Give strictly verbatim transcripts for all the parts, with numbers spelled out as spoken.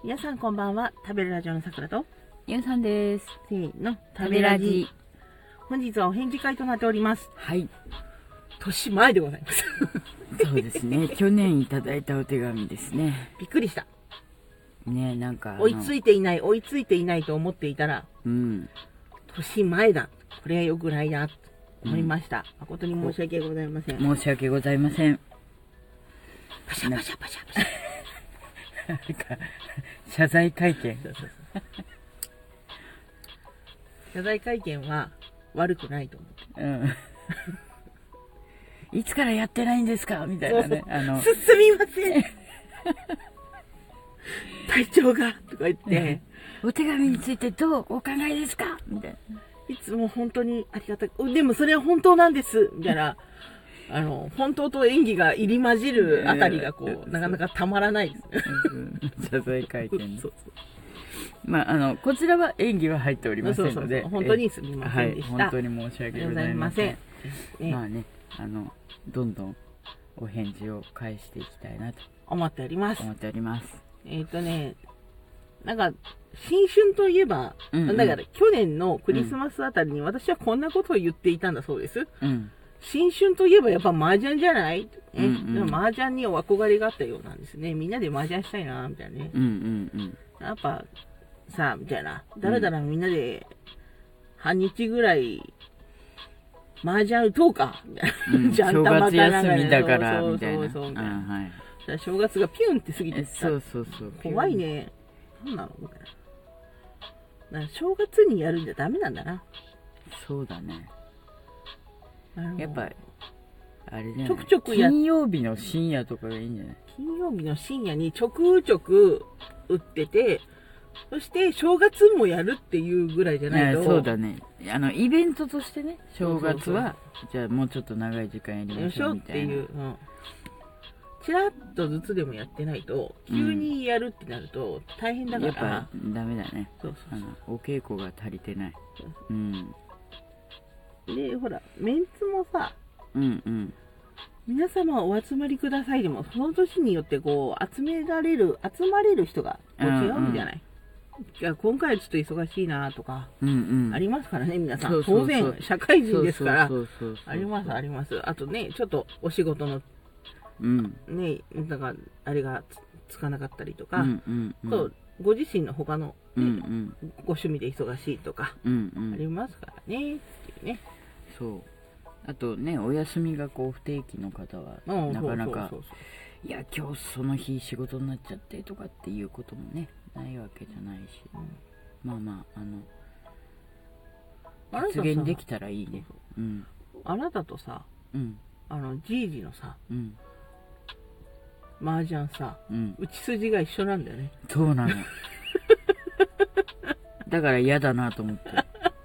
皆さんこんばんは。食べるラジオのさくらとゆうさんです。 せーの、 食べラジ。 本日はお返事会となっております。 はい。 年前でございます。 そうですね。去年いただいたお手紙ですね。 びっくりした。 ね、なんか追いついていない、追いついていないと思っていたら、 うん。 年前だ。これは良くないな、と思いました。うん、誠に申し訳ございません。 申し訳ございません。 パシャパシャパシャパシャ。 なんか謝罪会見。 そうそうそう謝罪会見は悪くないと思って。 うん。いつからやってないんですかみたいなね。 そうそうあの進みません。体調がとか言って、 お手紙についてどうお考えですかみたいな。 いつも本当にありがたく、でもそれは本当なんですみたいな。あの本当と演技が入り混じるあたりがこうなかなかたまらないですね。 謝罪会見。そうそう。まああのこちらは演技は入っておりませんので、そうそうそう本当にすみませんでした。 はい、本当に申し訳ございません。 ね、 まあねあのどんどんお返事を返していきたいなと思っております。 思っております。 えっとねなんか新春といえば、うんうん、だから去年のクリスマスあたりに私はこんなことを言っていたんだそうです。うん新春といえばやっぱ麻雀じゃない、うんうん、麻雀には憧れがあったようなんですね。みんなで麻雀したいな、みたいなね。うんうんうん、やっぱさ、みたいな。だらだらみんなで半日ぐらい麻雀打とうか、みたいな。うん、 正月休みだから、みたいな。 そうそうそう、みたいな。はい、正月がピュンって過ぎてった。 そうそうそう。 怖いね。なんなのみたいな。だから正月にやるんじゃダメなんだな。 そうだね。やっぱあれじゃないちょくちょくや金曜日の深夜とかがいいんじゃない？ 金曜日の深夜にちょくちょく打ってて、そして正月もやるっていうぐらいじゃないと。 そうだね。あのイベントとしてね、正月はじゃあもうちょっと長い時間やりましょうみたいな。っていう、うん、ちらっとずつでもやってないと急にやるってなると大変だから。 やっぱダメだね。そうそうそう、あのお稽古が足りてない。そうそう、うん。 でほらメンツもさ、うんうん、皆様お集まりくださいでもその年によってこう集められる集まれる人がこう違うんじゃない、うんうん、じゃあ今回はちょっと忙しいなとか、うんうん、ありますからね皆さん。そうそうそう、当然社会人ですからありますあります。あとねちょっとお仕事の、うん、ねだからあれが つ, つかなかったりとか、うんうんうん、そうご自身の他の、ねうんうん、ご趣味で忙しいとか、うんうん、ありますからねっていうね。 そうあとねお休みがこう不定期の方はなかなかいや今日その日仕事になっちゃってとかっていうこともねないわけじゃないし、うん、まあまああの実現できたらいいね。 うん、あなたとさ、うん、あのじいじのさ、うん、麻雀さ、うん、打ち筋が一緒なんだよね。 そうなのだから嫌だなと思って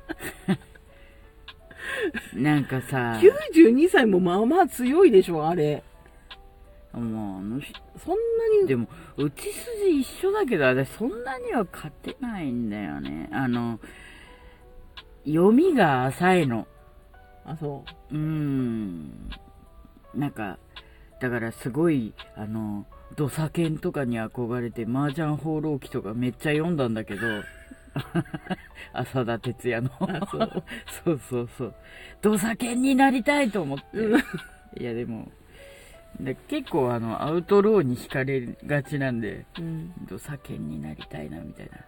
なんかさきゅうじゅうにさいもまあまあ強いでしょあれ。 もうあのそんなにでも打ち筋一緒だけど私そんなには勝てないんだよね。あの読みが浅いの。 あそううーんなんかだからすごいあの土佐犬とかに憧れて麻雀放浪記とかめっちゃ読んだんだけど浅田哲也のそうそうそうそう土佐犬になりたいと思って、うん、いやでもで結構あのアウトローに惹かれがちなんで、うん、土佐犬になりたいなみたいな。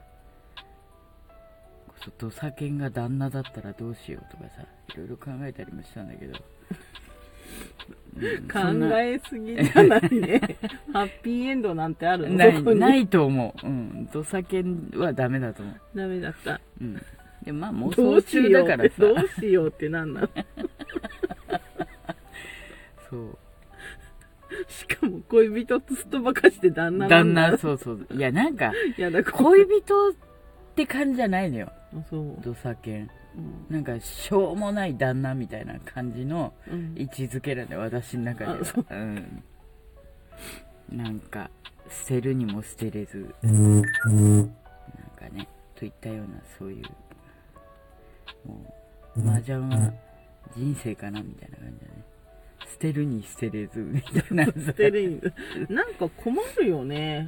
土佐犬が旦那だったらどうしようとかさいろいろ考えたりもしたんだけど、 うん、考えすぎじゃないねハッピーエンドなんてあるの？ ないないと思う、うん、土佐犬はダメだと思う。 ダメだった、うん、 でまあ妄想中だからさどうしようってなんなのそうしかも恋人とすっとばかして旦那なんだ。旦那そうそういやなんか恋人って感じじゃないのよ。そう土佐犬、うん、なんかしょうもない旦那みたいな感じの位置づけなんで、うん、私の中では、うん、なんか捨てるにも捨てれず、うん、なんかねといったようなそういうもう麻雀は人生かなみたいな感じだね。捨てるに捨てれずみたいな捨てるになんか困るよね。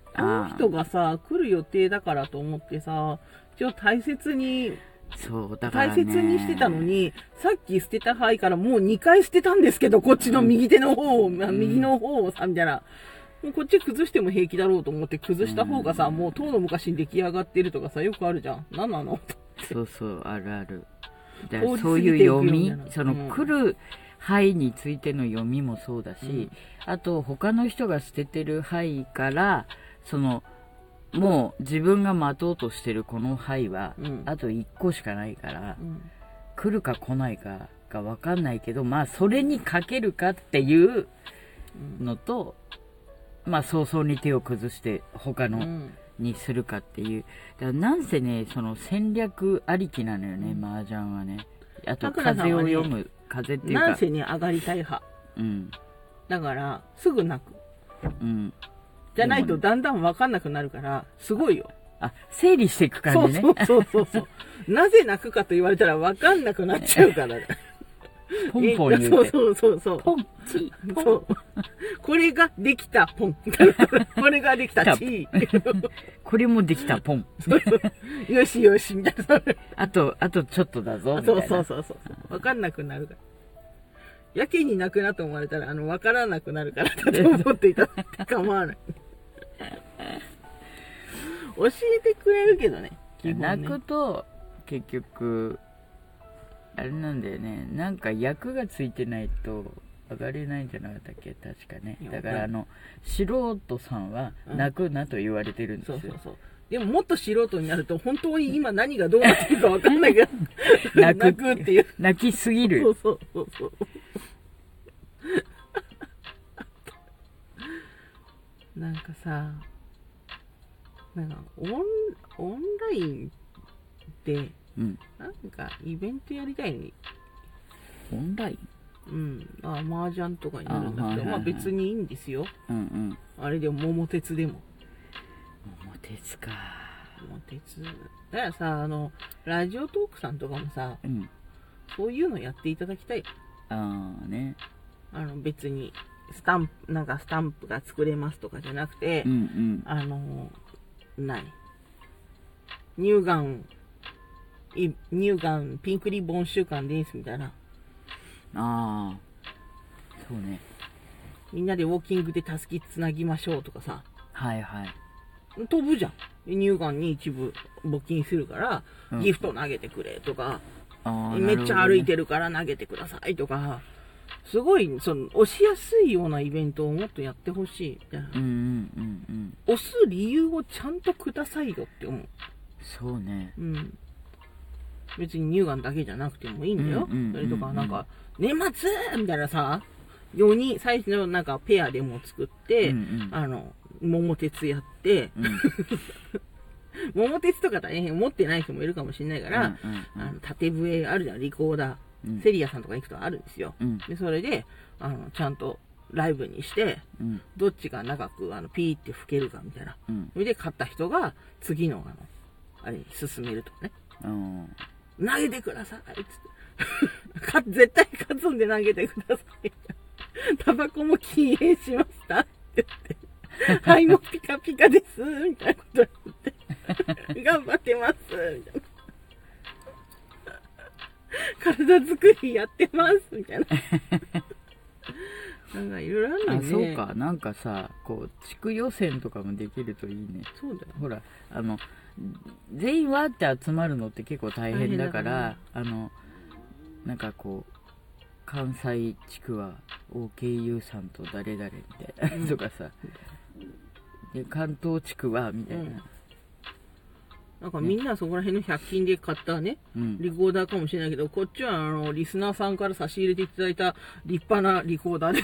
この人がさ、来る予定だからと思ってさ、一応大切に、 そうだからね、 大切にしてたのに、さっき捨てた灰からもうにかい捨てたんですけど、こっちの右手の方を、うん、右の方をさ、みたいな。もうこっち崩しても平気だろうと思って崩した方がさ、うん、もう遠の昔に出来上がってるとかさ、よくあるじゃん。何なのそうそう、あるある。だからそういう読み、その、うん、来る灰についての読みもそうだし、うん、あと他の人が捨ててる灰から、その、もう自分が待とうとしてるこの灰は、うん、あといっこしかないから、うん、来るか来ないかが分かんないけど、まあそれにかけるかっていうのと、まあ早々に手を崩して他のにするかっていう。だからなんせね、その戦略ありきなのよね、麻雀はね。あと風を読む、ね、風っていうか。 なんせに上がりたい派。うん。だから、すぐ泣く。うん。じゃないとだんだん分かんなくなるから、すごいよ。 あ、整理していく感じね。 そうそうそうそう。なぜ泣くかと言われたら分かんなくなっちゃうから。 ポンポン言うて。 そうそうそうそう。 ポン、チー。 そう。これができた、ポン。これができた、チー。 これもできた、ポン。 そうそうよしよし、みたいな。 あと、あとちょっとだぞ、みたいな。 そうそうそうそう。分かんなくなるから。やけに泣くなと思われたら、あの、分からなくなるからだと思っていただいて構わない。教えてくれるけどね。 基本ね、泣くと、結局、あれなんだよね、なんか役がついてないと上がれないんじゃなかったっけ、確かね。だからあの素人さんは泣くなと言われてるんですよ、うん、そうそうそう。 でももっと素人になると本当に今何がどうなってるか分かんないけど泣く、泣くっていう、 泣きすぎる。 そうそうそうそうなんかさ、なんかオン、オンラインでうん、なんかイベントやりたいのに。 オンライン？ うん。あ、麻雀とかになるんだけど、あ、はいはいはい、まあ別にいいんですよ。うんうん。あれでも桃鉄でも。 桃鉄か。 桃鉄。だからさ、あの、ラジオトークさんとかもさ、うん、そういうのやっていただきたい。 ああね。 あの別に、スタンプ、なんかスタンプが作れますとかじゃなくて、うんうん、あの、何乳がん、乳がんピンクリボン週間ですみたいな。ああ、そうね。 みんなでウォーキングでたすきつなぎましょうとかさ。 はいはい。 飛ぶじゃん。乳がんに一部募金するから、うん、ギフト投げてくれとか、あ、めっちゃ歩いてるから投げてくださいとか、すごいその押しやすいようなイベントをもっとやってほしいみたいな。うんうんうんうん。押す理由をちゃんとくださいよって思う。 そうね。うん。 別に乳がんだけじゃなくてもいいんだよ。それとか、なんか、年末みたいなさ、よにん、最初のなんかペアでも作って、うんうん、あの、桃鉄やって、うん、桃鉄とか大変持ってない人もいるかもしれないから、うんうんうん、あの縦笛あるじゃん、リコーダー、うん。セリアさんとか行くとあるんですよ。うん、で、それで、あの、ちゃんとライブにして、うん、どっちが長く、あの、ピーって吹けるかみたいな。うん、それで、勝った人が、次の、あの、あれに進めるとかね。うん投げてくださいっつって。絶対勝つんで投げてください。タバコも禁煙しましたって言って。肺もピカピカです。みたいなこと言って。頑張ってます。みたいな。体作りやってます。みたいな。なんかいろいろあるのね。 あ、そうか。なんかさ、こう、地区予選とかもできるといいね。 そうだよ。 ほら、あの、全員わーって集まるのって結構大変だから、あの、なんかこう、関西地区は オーケーユー さんと誰々みたいな、うん、とかさ、で、関東地区はみたいな。うん、 なんかみんなそこら辺のひゃく均で買ったね、うん、リコーダーかもしれないけど、こっちはあのリスナーさんから差し入れていただいた立派なリコーダーです。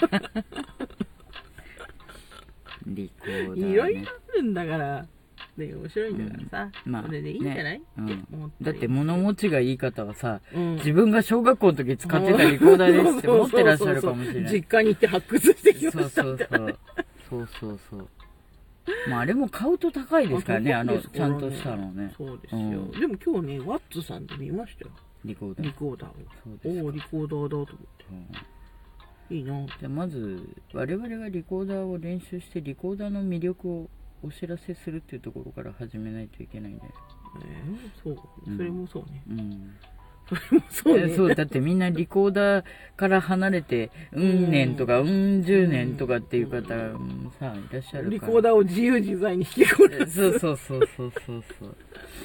リコーダー、ね、 いろいろあるんだから。で面白いんだからさ、うん、まあ、それでいいんじゃない、ね、って思った、 うん、だって物持ちがいい方はさ、うん、自分が小学校の時使ってたリコーダーですって持ってらっしゃるかもしれない。 実家に行って発掘してきましたそうそうそうそうそうそう。まああれも買うと高いですからね、あのちゃんとしたのね。 そうですよ、うん、でも今日ねワッツさんで見ましたよ、 リコーダーリコーダーを。おおリコーダーだと思って、 いいな。 じゃあまず我々がリコーダーを練習してリコーダーの魅力をお知らせするっていうところから始めないといけないんだよ。 えー、そう、それもそうね。 うん、うんそれもそうね。 そう、だってみんなリコーダーから離れて、うん年とか、うん十年とかっていう方、うん、さ、いらっしゃるから。 リコーダーを自由自在に引きこなす。 そうそうそうそうそうそう。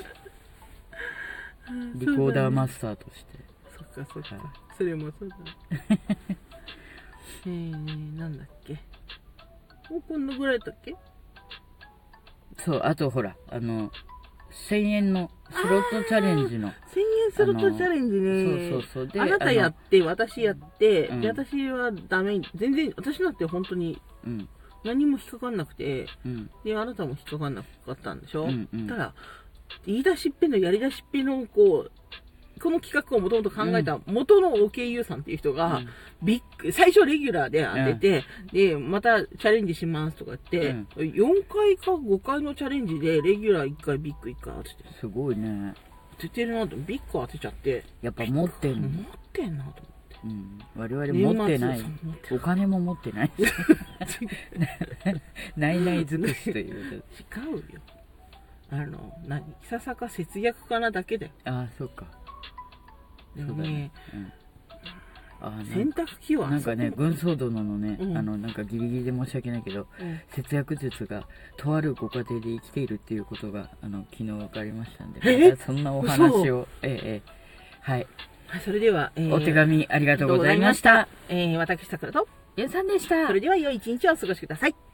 リコーダーマスターとして。 そっかそっか。はい、それもそうだ。えー、なんだっけ。もうこんなぐらいだっけ。 そう、あとほら、あの、せんえんのスロットチャレンジの。 せんえんスロットチャレンジね。そうそうそう。で、あなたやって、私やって、うん、で、私はダメ、全然、私なんて本当に、何も引っかかんなくて、うん、で、あなたも引っかかんなかったんでしょ、うんうん、ただ、言い出しっぺのやり出しっぺの、こう、この企画をもともと考えた元の オーケーユー さんっていう人が、ビッグ、最初レギュラーで当てて、うん、で、またチャレンジしますとか言って、うん、よんかいかごかいのチャレンジで、レギュラーいっかい、ビッグいっかい当てて。 すごいね。 当ててるなと、ビッグ当てちゃって。 やっぱ持ってんの。 持ってんなと思って。 うん、我々持ってない。お金も持ってない。ないない尽くしという。 違うよ。あの、何いささか節約家なだけで。 ああ、そうか。 でもね、 うんあ洗濯機はなんかね、軍曹殿のね、うん、あの、なんかギリギリで申し訳ないけど、うん、節約術がとあるご家庭で生きているっていうことが、あの、昨日分かりましたんで、またそんなお話を、ええ、はい。 それでは、 えー、お手紙ありがとうございました。 えー、私、さくらと、 ゆうさんでした。 それでは良い一日をお過ごしください。